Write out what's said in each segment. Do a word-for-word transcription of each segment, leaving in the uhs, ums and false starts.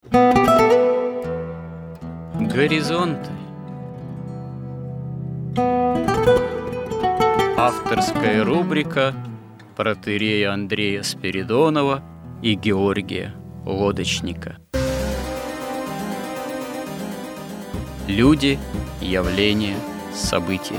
Горизонты. Авторская рубрика протоиерея Андрея Спиридонова и Георгия Лодочника. Люди, явления, события.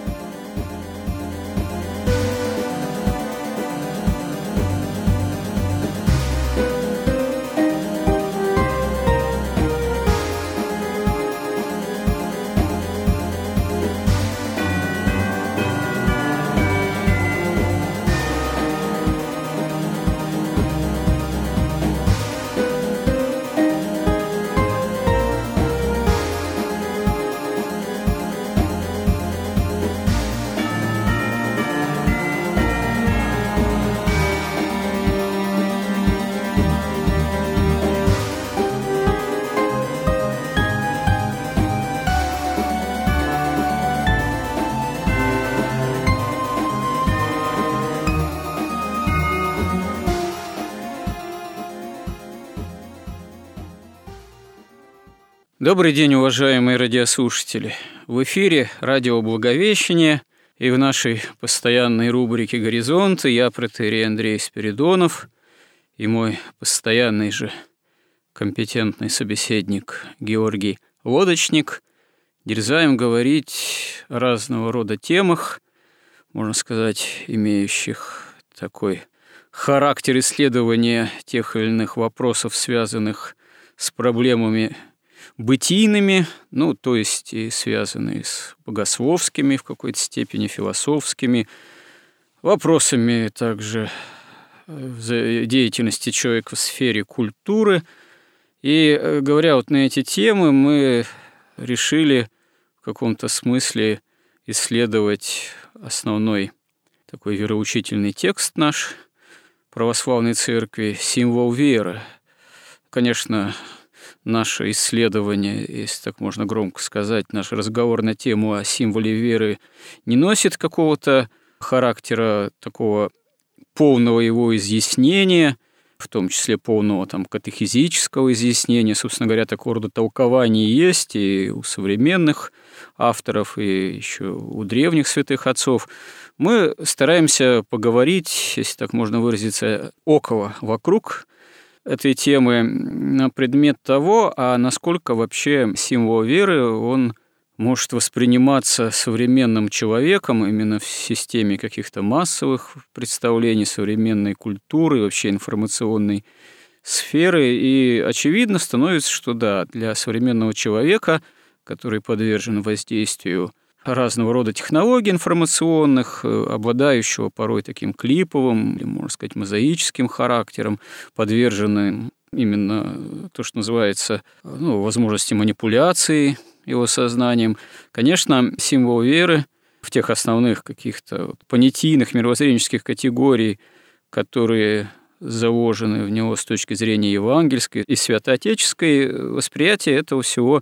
Добрый день, уважаемые радиослушатели! В эфире радио Благовещение, и в нашей постоянной рубрике «Горизонты» я, протоиерей Андрей Спиридонов, и мой постоянный же компетентный собеседник Георгий Лодочник дерзаем говорить о разного рода темах, можно сказать, имеющих такой характер исследования тех или иных вопросов, связанных с проблемами бытийными, ну, то есть и связанные с богословскими, в какой-то степени философскими вопросами, также деятельности человека в сфере культуры. И, говоря вот на эти темы, мы решили в каком-то смысле исследовать основной такой вероучительный текст наш православной церкви, символ веры. Конечно, наше исследование, если так можно громко сказать, наш разговор на тему о символе веры не носит какого-то характера такого полного его изъяснения, в том числе полного там катехизического изъяснения. Собственно говоря, такого рода толкования есть и у современных авторов, и еще у древних святых отцов. Мы стараемся поговорить, если так можно выразиться, около, вокруг этой темы на предмет того, а насколько вообще символ веры, он может восприниматься современным человеком именно в системе каких-то массовых представлений, современной культуры, вообще информационной сферы. И очевидно становится, что да, для современного человека, который подвержен воздействию разного рода технологий информационных, обладающего порой таким клиповым, или, можно сказать, мозаическим характером, подверженным именно то, что называется, ну, возможности манипуляции его сознанием. Конечно, символ веры в тех основных каких-то понятийных, мировоззренческих категорий, которые заложены в него с точки зрения евангельской и святоотеческой, восприятие этого всего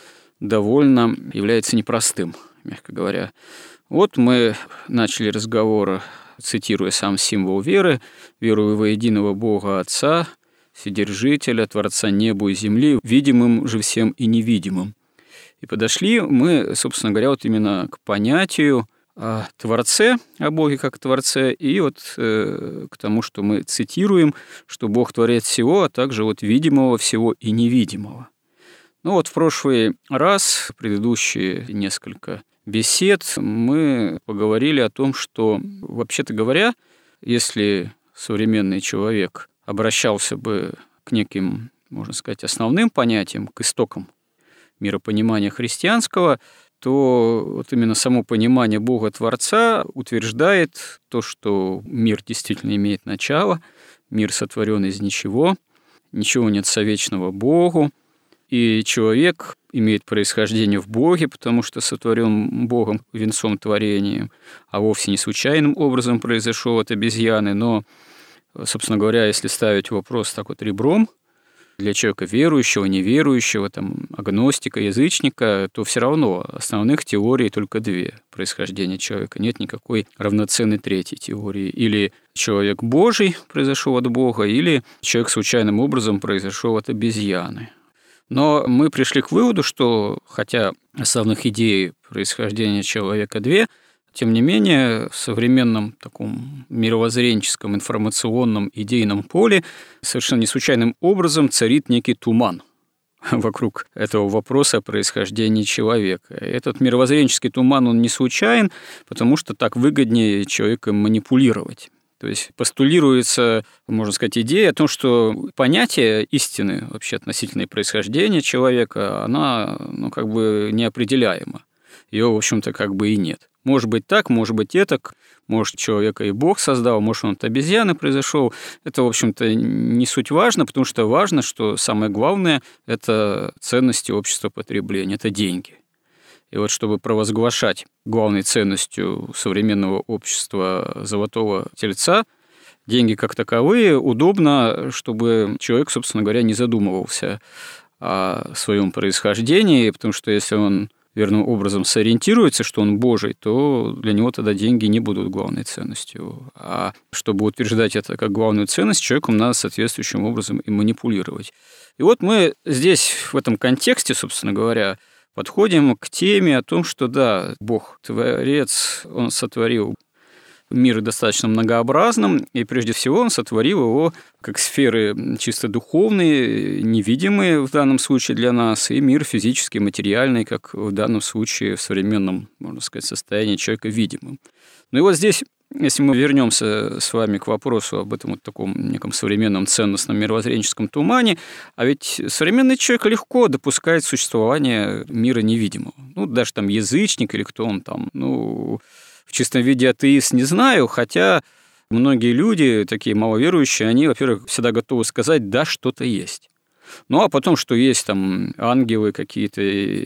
довольно является непростым, мягко говоря. Вот мы начали разговор, цитируя сам символ веры: «Верую во единого Бога Отца, Вседержителя, Творца неба и земли, видимым же всем и невидимым». И подошли мы, собственно говоря, вот именно к понятию о Творце, о Боге как Творце, и вот э, к тому, что мы цитируем, что Бог творец всего, а также вот видимого всего и невидимого. Ну вот в прошлый раз, предыдущие несколько бесед, мы поговорили о том, что, вообще-то говоря, если современный человек обращался бы к неким, можно сказать, основным понятиям, к истокам миропонимания христианского, то вот именно само понимание Бога-Творца утверждает то, что мир действительно имеет начало, мир сотворен из ничего, ничего нет совечного Богу, и человек имеет происхождение в Боге, потому что сотворен Богом венцом творения, а вовсе не случайным образом произошел от обезьяны. Но, собственно говоря, если ставить вопрос так вот ребром, для человека верующего, неверующего, там, агностика, язычника, то все равно основных теорий только две происхождения человека. Нет никакой равноценной третьей теории. Или человек Божий произошел от Бога, или человек случайным образом произошел от обезьяны. Но мы пришли к выводу, что хотя основных идей происхождения человека две, тем не менее, в современном таком мировоззренческом, информационном, идейном поле совершенно не случайным образом царит некий туман вокруг этого вопроса о происхождении человека. Этот мировоззренческий туман, он не случайен, потому что так выгоднее человеком манипулировать. То есть постулируется, можно сказать, идея о том, что понятие истины вообще относительно происхождения человека, она, ну, как бы неопределяема. Ее, в общем-то, как бы и нет. Может быть так, может быть этак, может, человека и Бог создал, может, он от обезьяны произошел. Это, в общем-то, не суть важно, потому что важно, что самое главное – это ценности общества потребления, это деньги. И вот чтобы провозглашать главной ценностью современного общества золотого тельца, деньги как таковые, удобно, чтобы человек, собственно говоря, не задумывался о своем происхождении, потому что если он верным образом сориентируется, что он Божий, то для него тогда деньги не будут главной ценностью. А чтобы утверждать это как главную ценность, человеком надо соответствующим образом и манипулировать. И вот мы здесь, в этом контексте, собственно говоря, подходим к теме о том, что да, Бог, Творец, Он сотворил мир достаточно многообразным, и прежде всего он сотворил его как сферы чисто духовные, невидимые в данном случае для нас, и мир физический, материальный, как в данном случае в современном, можно сказать, состоянии человека видимым. Ну и вот здесь, если мы вернемся с вами к вопросу об этом вот таком неком современном ценностном мировоззренческом тумане, а ведь современный человек легко допускает существование мира невидимого. Ну, даже там язычник или кто он там, ну... В чистом виде атеист не знаю, хотя многие люди, такие маловерующие, они, во-первых, всегда готовы сказать «да, что-то есть». Ну, а потом, что есть там ангелы, какие-то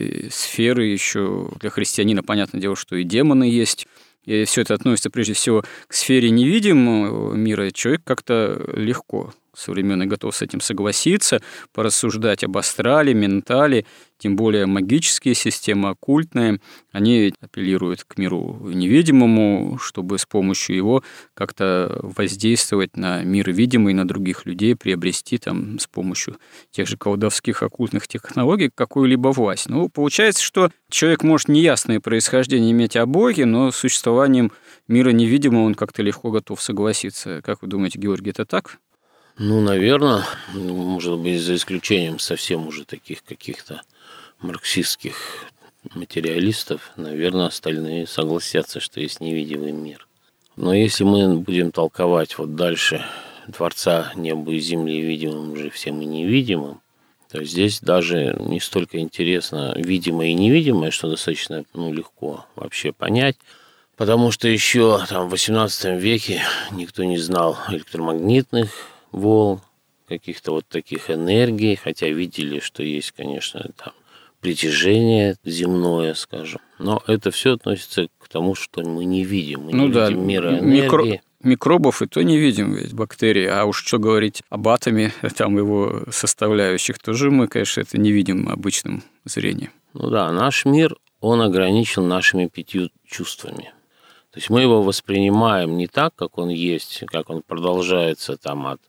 сферы еще для христианина, понятное дело, что и демоны есть. И все это относится прежде всего к сфере невидимого мира. Человек как-то легко современный готов с этим согласиться, порассуждать об астрале, ментале, тем более магические системы, оккультные, они апеллируют к миру невидимому, чтобы с помощью его как-то воздействовать на мир видимый, на других людей, приобрести там с помощью тех же колдовских оккультных технологий какую-либо власть. Ну, получается, что человек может неясное происхождение иметь о Боге, но с существованием мира невидимого он как-то легко готов согласиться. Как вы думаете, Георгий, это так? Ну, наверное, может быть, за исключением совсем уже таких каких-то марксистских материалистов, наверное, остальные согласятся, что есть невидимый мир. Но если мы будем толковать вот дальше Творца неба и земли видимым же всем и невидимым, то здесь даже не столько интересно видимое и невидимое, что достаточно ну, легко вообще понять, потому что еще там, в восемнадцатом веке никто не знал электромагнитных волн, каких-то вот таких энергий, хотя видели, что есть, конечно, там притяжение земное, скажем. Но это все относится к тому, что мы не видим. Мы ну не да, видим мира энергии. Микро... Микробов и то не видим, ведь бактерии. А уж что говорить об атоме, там его составляющих, тоже мы, конечно, это не видим обычным зрением. Ну да, наш мир, он ограничен нашими пятью чувствами. То есть мы его воспринимаем не так, как он есть, как он продолжается там от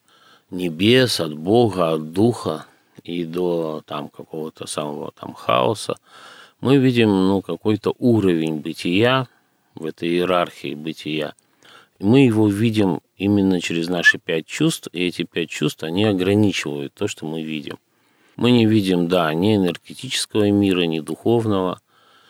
небес, от Бога, от Духа и до там какого-то самого там хаоса. Мы видим ну, какой-то уровень бытия в этой иерархии бытия. И мы его видим именно через наши пять чувств, и эти пять чувств, они ограничивают то, что мы видим. Мы не видим, да, ни энергетического мира, ни духовного,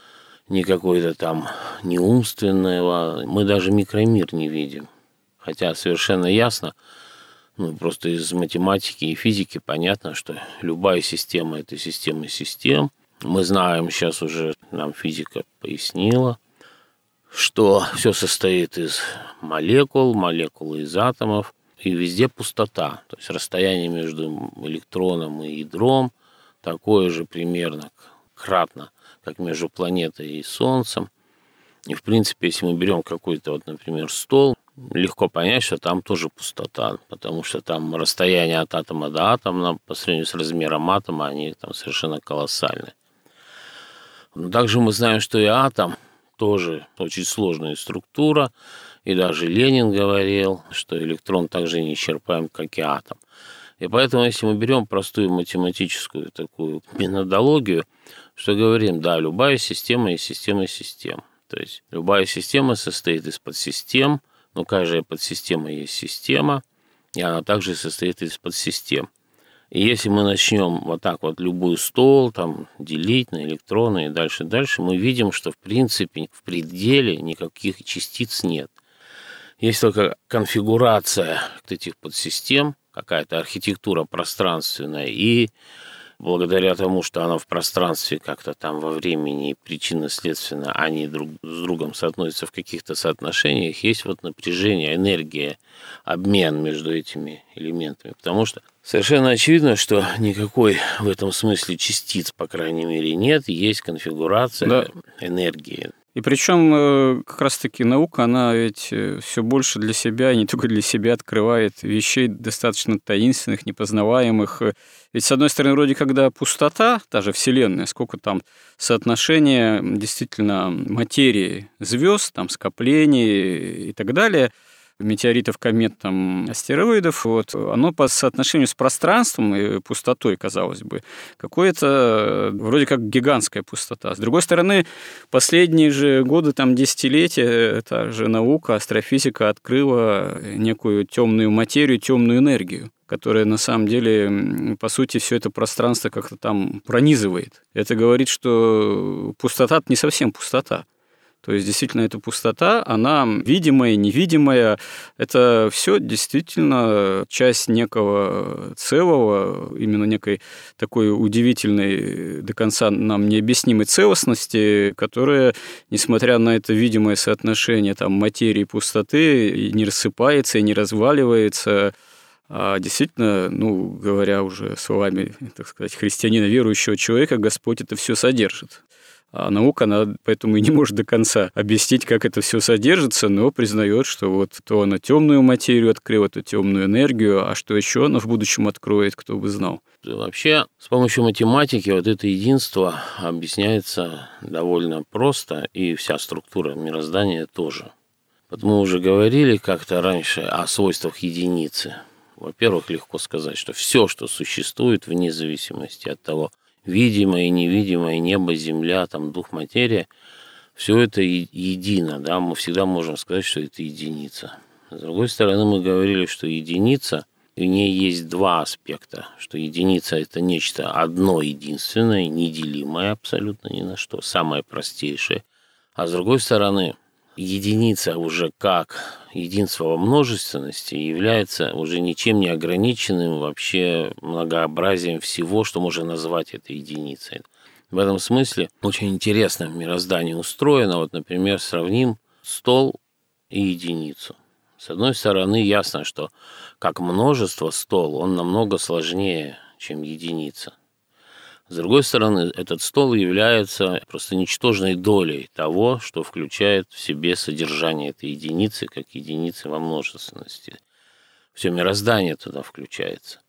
ни какой-то там неумственного. Мы даже микромир не видим. Хотя совершенно ясно, ну, просто из математики и физики понятно, что любая система – это система систем. Мы знаем, сейчас уже нам физика пояснила, что все состоит из молекул, молекулы из атомов, и везде пустота. То есть расстояние между электроном и ядром такое же примерно кратно, как между планетой и Солнцем. И, в принципе, если мы берем какой-то, вот, например, стол, легко понять, что там тоже пустота, потому что там расстояние от атома до атома по сравнению с размером атома, они там совершенно колоссальны. Но также мы знаем, что и атом тоже очень сложная структура, и даже Ленин говорил, что электрон также неисчерпаем, как и атом. И поэтому, если мы берем простую математическую такую методологию, что говорим, да, любая система есть система систем. То есть любая система состоит из подсистем, но каждая подсистема есть система, и она также состоит из подсистем. И если мы начнем вот так вот любой стол там, делить на электроны и дальше-дальше, мы видим, что в принципе в пределе никаких частиц нет. Есть только конфигурация этих подсистем, какая-то архитектура пространственная, и благодаря тому, что она в пространстве как-то там во времени причинно-следственно, они друг с другом соотносятся в каких-то соотношениях, есть вот напряжение, энергия, обмен между этими элементами. Потому что совершенно очевидно, что никакой в этом смысле частиц, по крайней мере, нет, есть конфигурация да. энергии. И причем как раз-таки наука, она ведь все больше для себя, не только для себя, открывает вещей достаточно таинственных, непознаваемых. Ведь, с одной стороны, вроде когда пустота, та же Вселенная, сколько там соотношения действительно материи звезд, там скоплений и так далее, метеоритов, комет, там, астероидов, вот, оно по соотношению с пространством и пустотой, казалось бы, какое-то вроде как гигантская пустота. С другой стороны, последние же годы, там, десятилетия, эта же наука, астрофизика открыла некую темную материю, темную энергию, которая на самом деле, по сути, все это пространство как-то там пронизывает. Это говорит, что пустота – не совсем пустота. То есть, действительно, эта пустота, она видимая, невидимая, это все действительно часть некого целого, именно некой такой удивительной, до конца нам необъяснимой целостности, которая, несмотря на это видимое соотношение там, материи и пустоты, не рассыпается и не разваливается, а действительно, ну, говоря уже словами, так сказать, христианина, верующего человека, Господь это все содержит. А наука, она поэтому и не может до конца объяснить, как это все содержится, но признает, что вот то она темную материю открыла, то темную энергию, а что еще она в будущем откроет, кто бы знал. Вообще, с помощью математики вот это единство объясняется довольно просто, и вся структура мироздания тоже. Вот мы уже говорили как-то раньше о свойствах единицы. Во-первых, легко сказать, что все, что существует, вне зависимости от того, видимое и невидимое, небо, земля, там, дух, материя, все это едино, да, мы всегда можем сказать, что это единица. С другой стороны, мы говорили, что единица, в ней есть два аспекта, что единица – это нечто одно единственное, неделимое абсолютно ни на что, самое простейшее. А с другой стороны, единица уже как единство во множественности является уже ничем не ограниченным вообще многообразием всего, что можно назвать этой единицей. В этом смысле очень интересно мироздание устроено. Вот, например, сравним стол и единицу. С одной стороны, ясно, что как множество стол, он намного сложнее, чем единица. С другой стороны, этот стол является просто ничтожной долей того, что включает в себе содержание этой единицы, как единицы во множественности. Все мироздание туда включается.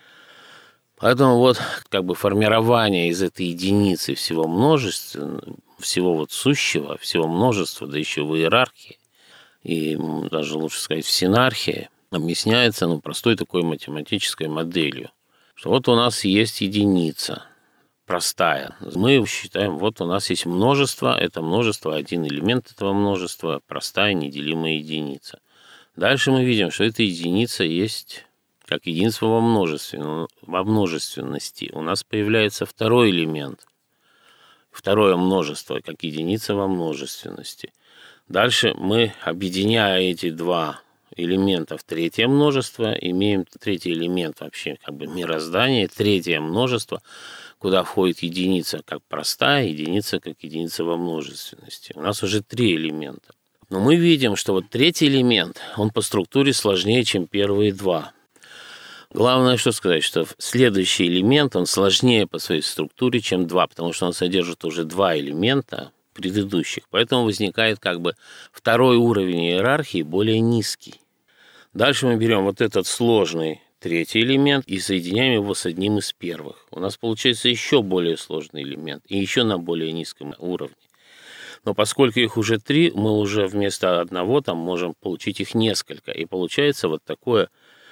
Поэтому вот как бы формирование из этой единицы всего множества, всего вот сущего, всего множества, да еще в иерархии, и даже лучше сказать в синархии, объясняется ну, простой такой математической моделью, что вот у нас есть единица, простая. Мы считаем, вот у нас есть множество, это множество, один элемент этого множества, простая неделимая единица. Дальше мы видим, что эта единица есть как единство во множестве, во множественности. У нас появляется второй элемент, второе множество, как единица во множественности. Дальше мы, объединяя эти два элемента в третье множество, имеем третий элемент вообще как бы мироздания, третье множество, куда входит единица как простая, единица как единица во множественности. У нас уже три элемента. Но мы видим, что вот третий элемент, он по структуре сложнее, чем первые два. Главное, что сказать, что следующий элемент, он сложнее по своей структуре, чем два, потому что он содержит уже два элемента, предыдущих. Поэтому возникает как бы второй уровень иерархии, более низкий. Дальше мы берем вот этот сложный третий элемент и соединяем его с одним из первых. У нас получается еще более сложный элемент и еще на более низком уровне. Но поскольку их уже три, мы уже вместо одного там можем получить их несколько. И получается вот такое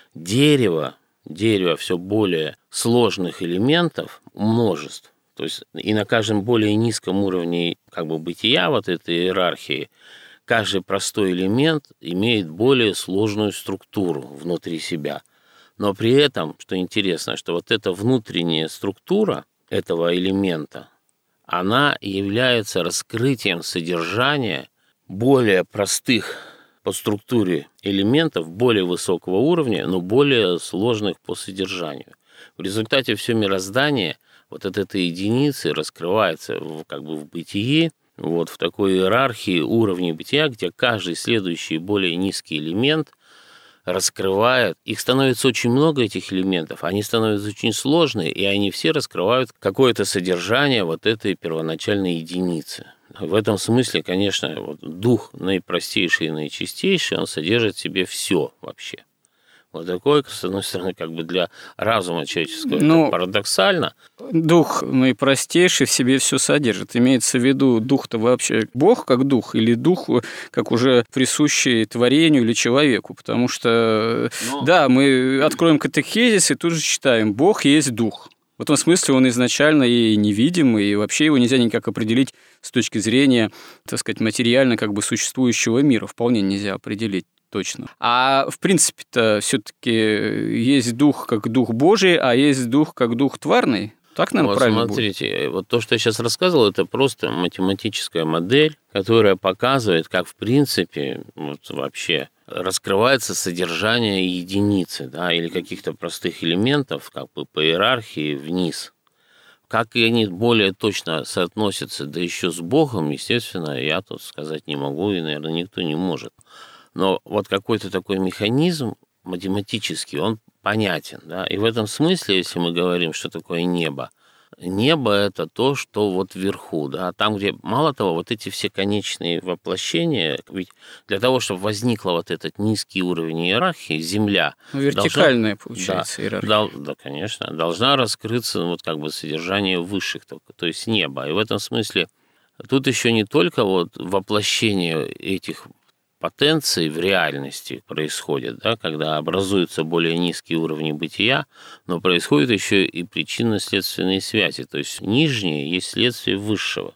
дерево, дерево все более сложных элементов, множеств. То есть и на каждом более низком уровне как бы бытия вот этой иерархии каждый простой элемент имеет более сложную структуру внутри себя. Но при этом, что интересно, что вот эта внутренняя структура этого элемента, она является раскрытием содержания более простых по структуре элементов, более высокого уровня, но более сложных по содержанию. В результате все мироздание вот от этой единицы раскрывается в, как бы в бытии, вот в такой иерархии уровней бытия, где каждый следующий более низкий элемент раскрывает, их становится очень много, этих элементов, они становятся очень сложные, и они все раскрывают какое-то содержание вот этой первоначальной единицы. В этом смысле, конечно, вот дух наипростейший и наичистейший, он содержит в себе все вообще. Вот такое, с одной стороны, как бы для разума человеческого ну, парадоксально. Дух наипростейший в себе все содержит. Имеется в виду дух-то вообще Бог как дух или дух как уже присущий творению или человеку? Потому что, Но... да, мы откроем катехизис и тут же читаем «Бог есть дух». В этом смысле он изначально и невидимый, и вообще его нельзя никак определить с точки зрения, так сказать, материально как бы существующего мира. Вполне нельзя определить. Точно. А в принципе-то все-таки есть дух как дух Божий, а есть дух как дух тварный. Так, наверное, вот правильно смотрите, будет? Вот то, что я сейчас рассказывал, это просто математическая модель, которая показывает, как в принципе вот вообще раскрывается содержание единицы, да, или каких-то простых элементов, как бы по иерархии вниз. Как они более точно соотносятся, да еще с Богом, естественно, я тут сказать не могу, и, наверное, никто не может. Но вот какой-то такой механизм математический, он понятен. Да? И в этом смысле, если мы говорим, что такое небо, небо – это то, что вот вверху. Да? Там, где, мало того, вот эти все конечные воплощения, ведь для того, чтобы возникла вот этот низкий уровень иерархии, Земля… Ну, вертикальная, должна, получается, да, иерархия. Да, да, конечно. Должна раскрыться вот как бы содержание высших, то есть неба. И в этом смысле тут еще не только вот воплощение этих потенции в реальности происходит, да, когда образуются более низкие уровни бытия, но происходят еще и причинно-следственные связи, то есть нижнее есть следствие высшего.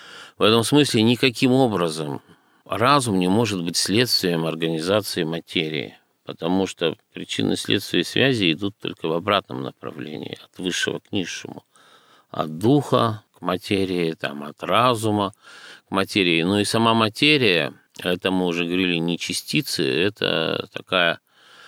В этом смысле никаким образом разум не может быть следствием организации материи, потому что причинно-следственные связи идут только в обратном направлении, от высшего к низшему, от духа к материи, там, от разума к материи. Ну и сама материя, это мы уже говорили, не частицы, это такая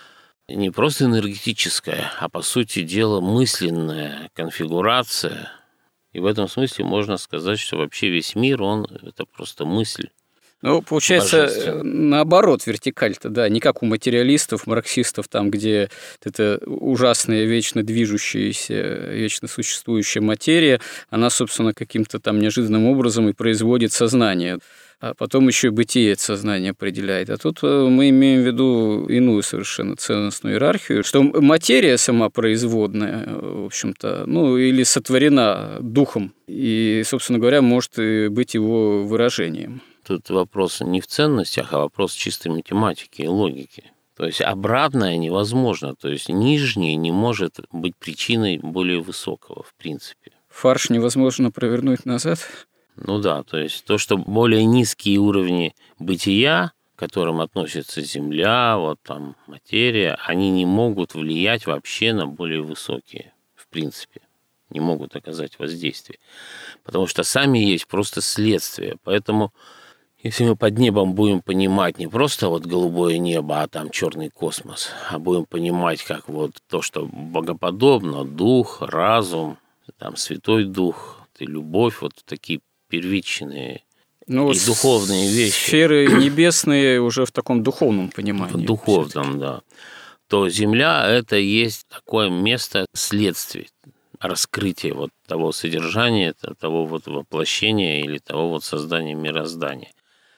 не просто энергетическая, а по сути дела мысленная конфигурация. И в этом смысле можно сказать, что вообще весь мир, он это просто мысль. Ну, получается, наоборот, вертикаль-то, да, не как у материалистов, марксистов, там, где эта ужасная, вечно движущаяся, вечно существующая материя, она, собственно, каким-то там неожиданным образом и производит сознание. А потом еще и бытие это сознание определяет. А тут мы имеем в виду иную совершенно ценностную иерархию, что материя сама производная, в общем-то, ну, или сотворена духом, и, собственно говоря, может и быть его выражением. Тут вопрос не в ценностях, а вопрос чистой математики и логики. То есть обратное невозможно, то есть нижнее не может быть причиной более высокого, в принципе. Фарш невозможно провернуть назад? Ну да, то есть то, что более низкие уровни бытия, к которым относится Земля, вот там материя, они не могут влиять вообще на более высокие, в принципе, не могут оказать воздействие, потому что сами есть просто следствие. Поэтому если мы под небом будем понимать не просто вот голубое небо, а там черный космос, а будем понимать как вот то, что богоподобно, дух, разум, там Святой Дух, и любовь, вот такие первичные ну, и духовные вещи. Сферы небесные уже в таком духовном понимании. В духовном, да. То Земля – это есть такое место следствий. раскрытие вот того содержания, того вот воплощения или того вот создания мироздания.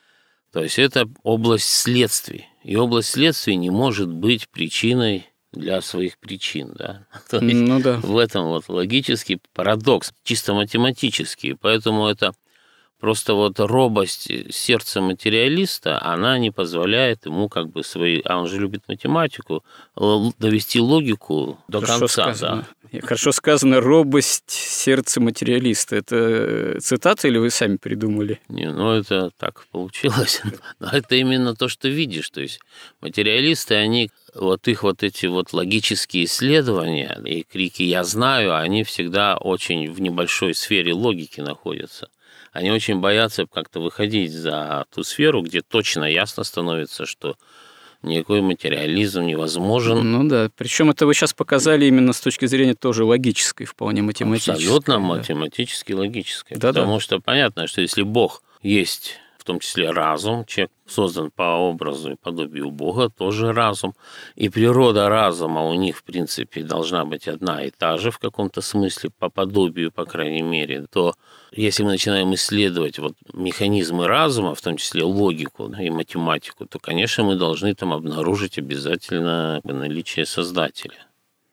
То есть это область следствий. И область следствий не может быть причиной для своих причин. Да? То есть Ну да. в этом вот логический парадокс, чисто математический. Поэтому это просто вот робость сердца материалиста, она не позволяет ему как бы свои... А он же любит математику, довести логику до Хорошо конца. сказано. Да. Хорошо сказано, робость сердца материалиста. Это цитата или вы сами придумали? Не, ну это так получилось. Но это именно то, что видишь. То есть материалисты, они, вот их вот эти вот логические исследования и крики «я знаю», они всегда очень в небольшой сфере логики находятся. Они очень боятся как-то выходить за ту сферу, где точно ясно становится, что никакой материализм невозможен. Ну да, причем это вы сейчас показали именно с точки зрения тоже логической, вполне математической. Абсолютно да. математически логической. Да-да. Потому что понятно, что если Бог есть, в том числе разум, человек создан по образу и подобию Бога, тоже разум. И природа разума у них, в принципе, должна быть одна и та же в каком-то смысле, по подобию, по крайней мере, то если мы начинаем исследовать вот механизмы разума, в том числе логику и математику, то, конечно, мы должны там обнаружить обязательно наличие Создателя.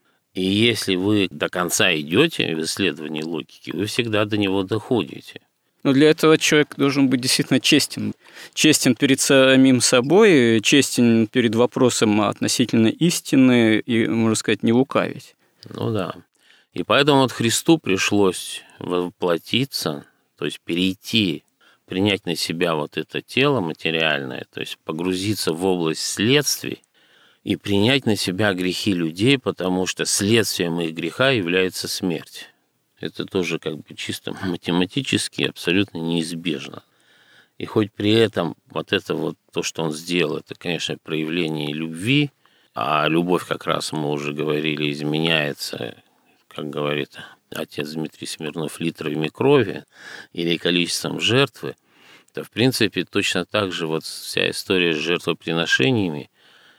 И если вы до конца идете в исследовании логики, вы всегда до него доходите. Но для этого человек должен быть действительно честен. Честен перед самим собой, честен перед вопросом относительно истины и, можно сказать, не лукавить. Ну да. И поэтому вот Христу пришлось воплотиться, то есть перейти, принять на себя вот это тело материальное, то есть погрузиться в область следствий и принять на себя грехи людей, потому что следствием их греха является смерть. Это тоже как бы чисто математически абсолютно неизбежно. И хоть при этом вот это вот то, что он сделал, это, конечно, проявление любви, а любовь, как раз мы уже говорили, изменяется, как говорит отец Дмитрий Смирнов, литрами крови или количеством жертвы, то, в принципе, точно так же вот вся история с жертвоприношениями,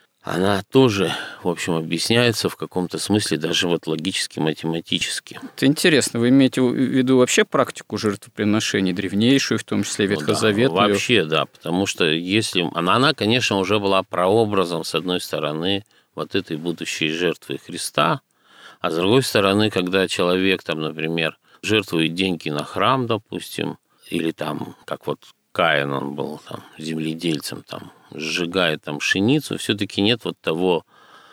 она тоже, в общем, объясняется в каком-то смысле даже вот логически, математически. Это интересно. Вы имеете в виду вообще практику жертвоприношений, древнейшую, в том числе ветхозаветную? Ну, да, вообще, да, потому что если... Она, она, конечно, уже была прообразом, с одной стороны, вот этой будущей жертвы Христа, а с другой стороны, когда человек, там, например, жертвует деньги на храм, допустим, или там, как вот Каин, он был там земледельцем, там, сжигает там пшеницу, все-таки нет вот того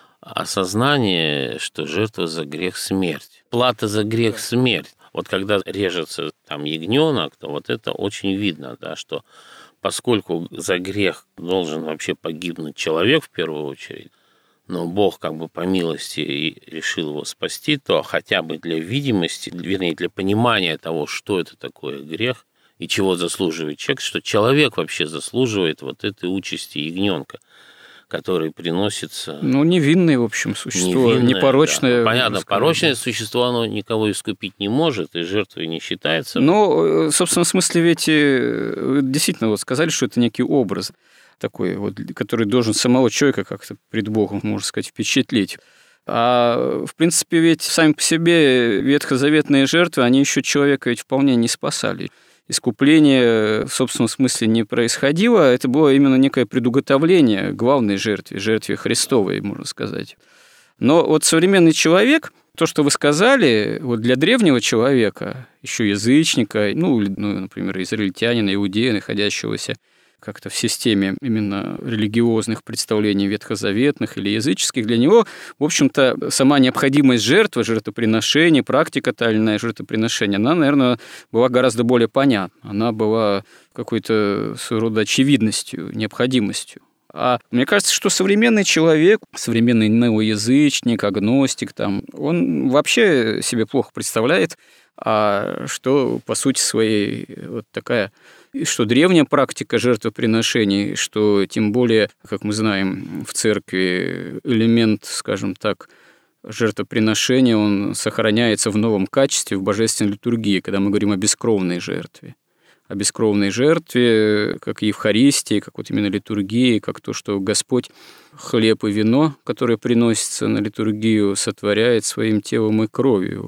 осознания, что жертва за грех — смерть. Плата за грех — смерть. Вот когда режется там ягненок, то вот это очень видно, да, что поскольку за грех должен вообще погибнуть человек в первую очередь, но Бог как бы по милости и решил его спасти, то хотя бы для видимости, вернее, для понимания того, что это такое грех, и чего заслуживает человек, что человек вообще заслуживает вот этой участи ягненка, который приносится... Ну, невинное, в общем, существо, невинное, непорочное. Да. Ну, понятно, порочное существо, оно никого искупить не может, и жертвой не считается. Ну, в собственном смысле, ведь вы действительно вот сказали, что это некий образ такой, вот, который должен самого человека как-то пред Богом, можно сказать, впечатлить. А, в принципе, ведь сами по себе ветхозаветные жертвы, они еще человека ведь вполне не спасали. Искупление в собственном смысле не происходило, это было именно некое предуготовление к главной жертве, жертве Христовой, можно сказать. Но вот современный человек, то, что вы сказали, вот для древнего человека, еще язычника, ну, ну например, израильтянина, иудея, находящегося как-то в системе именно религиозных представлений ветхозаветных или языческих, для него, в общем-то, сама необходимость жертвы, жертвоприношения, практика тайное жертвоприношения, она, наверное, была гораздо более понятна. Она была какой-то своего рода очевидностью, необходимостью. А мне кажется, что современный человек, современный неоязычник, агностик, там, он вообще себе плохо представляет, а что, по сути своей, вот такая... что древняя практика жертвоприношений, что тем более, как мы знаем, в церкви элемент, скажем так, жертвоприношения, он сохраняется в новом качестве в божественной литургии, когда мы говорим о бескровной жертве. О бескровной жертве, как и Евхаристии, как вот именно литургии, как то, что Господь хлеб и вино, которое приносится на литургию, сотворяет своим телом и кровью,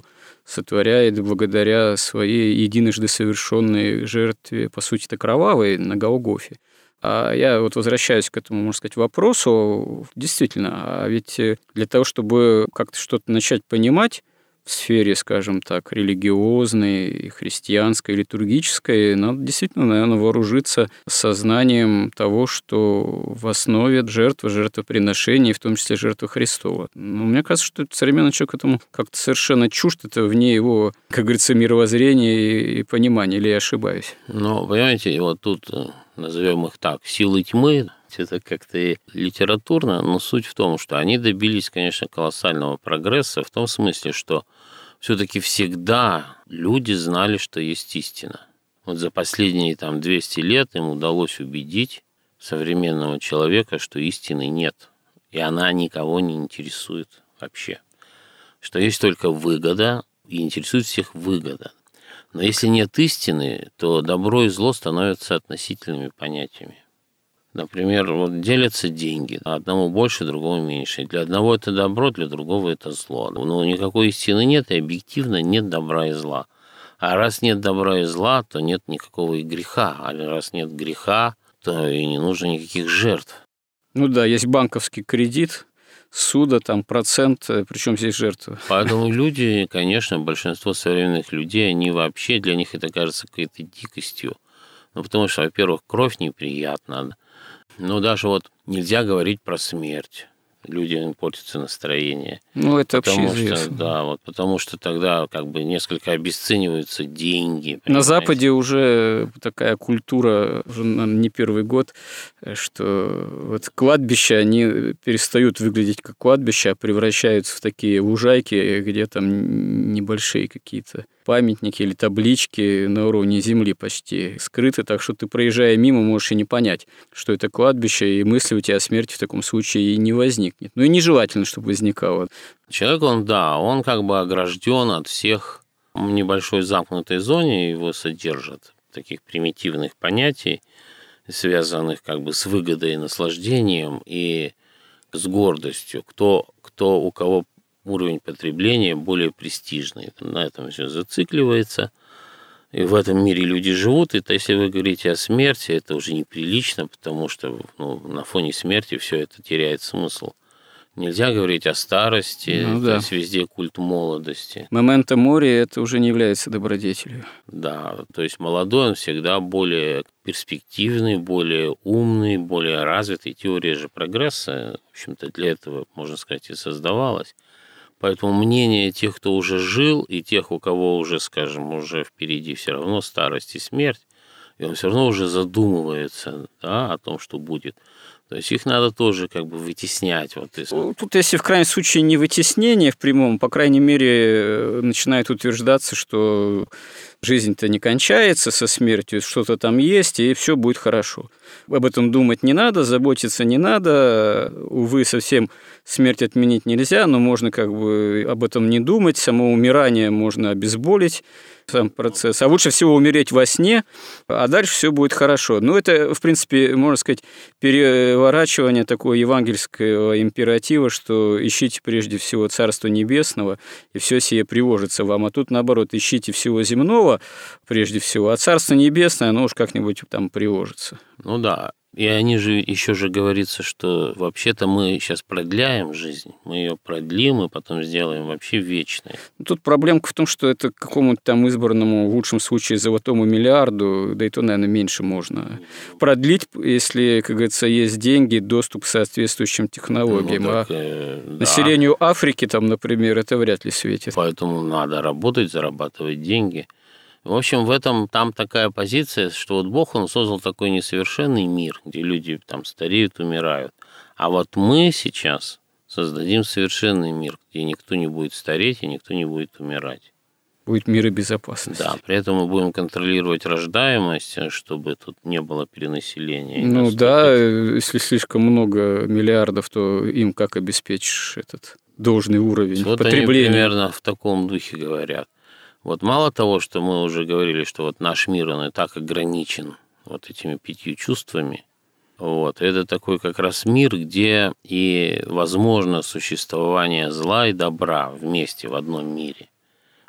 сотворяет благодаря своей единожды совершенной жертве, по сути-то кровавой, на Голгофе. А я вот возвращаюсь к этому, можно сказать, вопросу. Действительно, а ведь для того, чтобы как-то что-то начать понимать в сфере, скажем так, религиозной, христианской, литургической, надо действительно, наверное, вооружиться сознанием того, что в основе жертвы, жертвоприношения, в том числе жертва Христова. Но мне кажется, что современный человек этому как-то совершенно чужд, это вне его, как говорится, мировоззрения и понимания, или я ошибаюсь? Ну, понимаете, вот тут, назовем их так, силы тьмы, это как-то и литературно, но суть в том, что они добились, конечно, колоссального прогресса в том смысле, что все-таки всегда люди знали, что есть истина. Вот за последние там двести лет им удалось убедить современного человека, что истины нет, и она никого не интересует вообще, что есть только выгода, и интересует всех выгода. Но если нет истины, то добро и зло становятся относительными понятиями. Например, вот делятся деньги. Одному больше, другому меньше. Для одного это добро, для другого это зло. Но никакой истины нет, и объективно нет добра и зла. А раз нет добра и зла, то нет никакого и греха. А раз нет греха, то и не нужно никаких жертв. Ну да, есть банковский кредит, суда, там процент, причем здесь жертва. Поэтому люди, конечно, большинство современных людей, они вообще, для них это кажется какой-то дикостью. Ну, потому что, во-первых, кровь неприятна. Ну, даже вот нельзя говорить про смерть. Людям портится настроение. Ну, это потому вообще что, известно. да, вот потому что тогда как бы несколько обесцениваются деньги. На Западе уже такая культура, уже не первый год, что вот кладбища, они перестают выглядеть как кладбища, а превращаются в такие лужайки, где там небольшие какие-то памятники или таблички на уровне земли почти скрыты, так что ты, проезжая мимо, можешь и не понять, что это кладбище, и мысли у тебя о смерти в таком случае и не возникнет. Ну и нежелательно, чтобы возникало. Человек, он, да, он как бы огражден от всех в небольшой замкнутой зоне, его содержат таких примитивных понятий, связанных как бы с выгодой и наслаждением и с гордостью. Кто, кто у кого уровень потребления более престижный. На этом все зацикливается. И в этом мире люди живут. И то, если вы говорите о смерти, это уже неприлично, потому что ну, на фоне смерти все это теряет смысл. Нельзя говорить о старости, ну, то да. есть везде культ молодости. Моменто мори – это уже не является добродетелью. Да, то есть молодой он всегда более перспективный, более умный, более развитый. Теория же прогресса, в общем-то, для этого, можно сказать, и создавалась. Поэтому мнение тех, кто уже жил, и тех, у кого уже, скажем, уже впереди все равно старость и смерть, и он все равно уже задумывается, да, о том, что будет. То есть их надо тоже как бы вытеснять. Вот из... Тут, если в крайнем случае не вытеснение в прямом, по крайней мере, начинает утверждаться, что жизнь-то не кончается со смертью, что-то там есть, и все будет хорошо. Об этом думать не надо, заботиться не надо. Увы, совсем смерть отменить нельзя, но можно как бы об этом не думать. Само умирание можно обезболить, сам процесс. А лучше всего умереть во сне, а дальше все будет хорошо. Ну, это, в принципе, можно сказать, переворачивание такого евангельского императива, что ищите прежде всего Царство Небесного, и все сие приложится вам. А тут, наоборот, ищите всего земного прежде всего, а Царство Небесное, оно уж как-нибудь там приложится. Ну да. И они же еще же говорится, что вообще-то мы сейчас продляем жизнь, мы ее продлим и потом сделаем вообще вечной. Тут проблемка в том, что это какому-то там избранному, в лучшем случае, золотому миллиарду, да и то, наверное, меньше можно продлить, если, как говорится, есть деньги, доступ к соответствующим технологиям. Ну, так, э, а да. Населению Африки, там, например, это вряд ли светит. Поэтому надо работать, зарабатывать деньги. В общем, в этом там такая позиция, что вот Бог, Он создал такой несовершенный мир, где люди там стареют, умирают. А вот мы сейчас создадим совершенный мир, где никто не будет стареть и никто не будет умирать. Будет мир и безопасность. Да, при этом мы будем контролировать рождаемость, чтобы тут не было перенаселения. Ну наступить. Да, если слишком много миллиардов, то им как обеспечишь этот должный уровень вот потребления? Они примерно в таком духе говорят. Вот мало того, что мы уже говорили, что вот наш мир, он и так ограничен вот этими пятью чувствами, вот, это такой как раз мир, где и возможно существование зла и добра вместе в одном мире.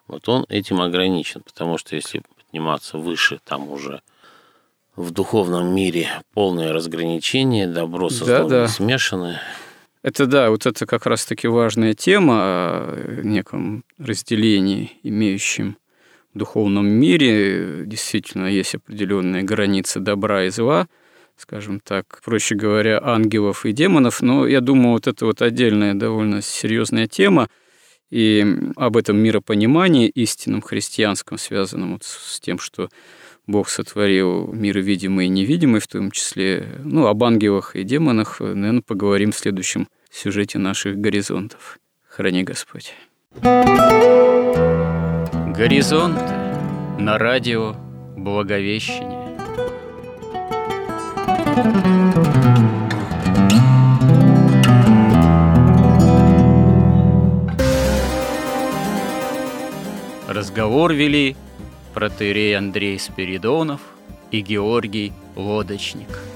вот он этим ограничен, потому что если подниматься выше, там уже в духовном мире полное разграничение, добро со злом Да, да. смешаны. Это да, вот это как раз-таки важная тема о неком разделении, имеющем в духовном мире. Действительно, есть определенные границы добра и зла, скажем так, проще говоря, ангелов и демонов. Но я думаю, вот это вот отдельная довольно серьезная тема. И об этом миропонимании истинном христианском, связанном вот с тем, что Бог сотворил мир видимый и невидимый, в том числе, ну, об ангелах и демонах, наверное, поговорим в следующем сюжете наших горизонтов. Храни Господь. Горизонты на радио Благовещение. Разговор вели протоиерей Андрей Спиридонов и Георгий Лодочник.